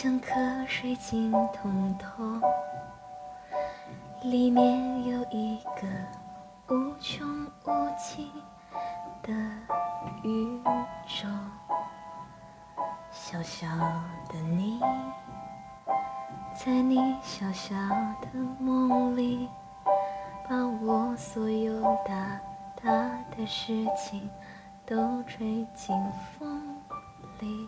像颗水晶通透，里面有一个无穷无尽的宇宙。小小的你，在你小小的梦里，把我所有大大的事情都吹进风里。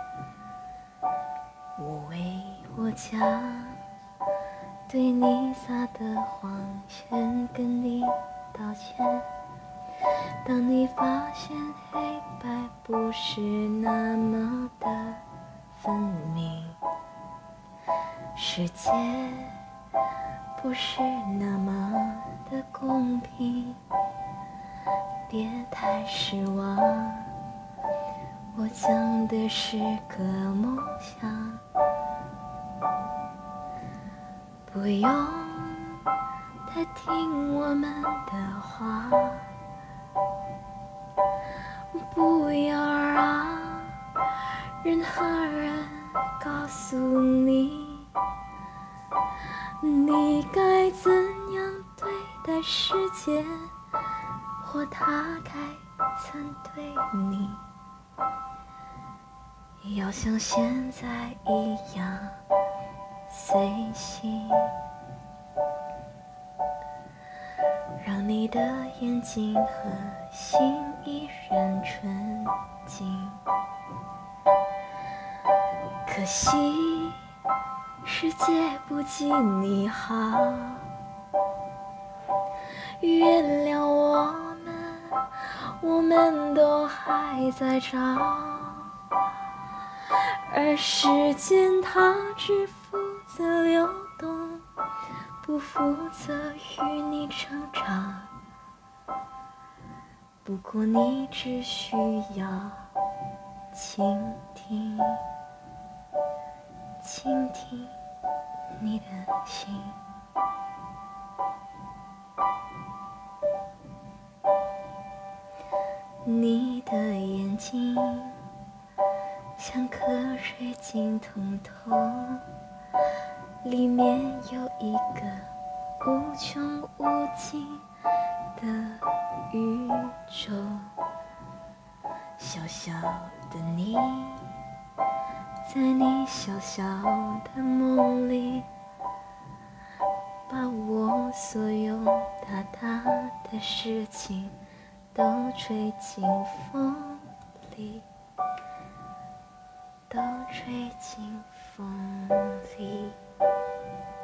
我为我家对你撒的谎先跟你道歉。当你发现黑白不是那么的分明，世界不是那么的公平，别太失望，我讲的是个梦想。不用太听我们的话，不要让任何人告诉你，你该怎样对待世界，或他该怎对你。要像现在一样随性，让你的眼睛和心依然纯净。可惜世界不及你好，原谅我们都还在找，而时间它只负责流动，不负责与你成长。不过你只需要倾听，倾听你的心。你的眼睛像颗水晶通透，里面有一个无穷无尽的宇宙。小小的你，在你小小的梦里，把我所有大大的事情都吹进风里，都吹进风里。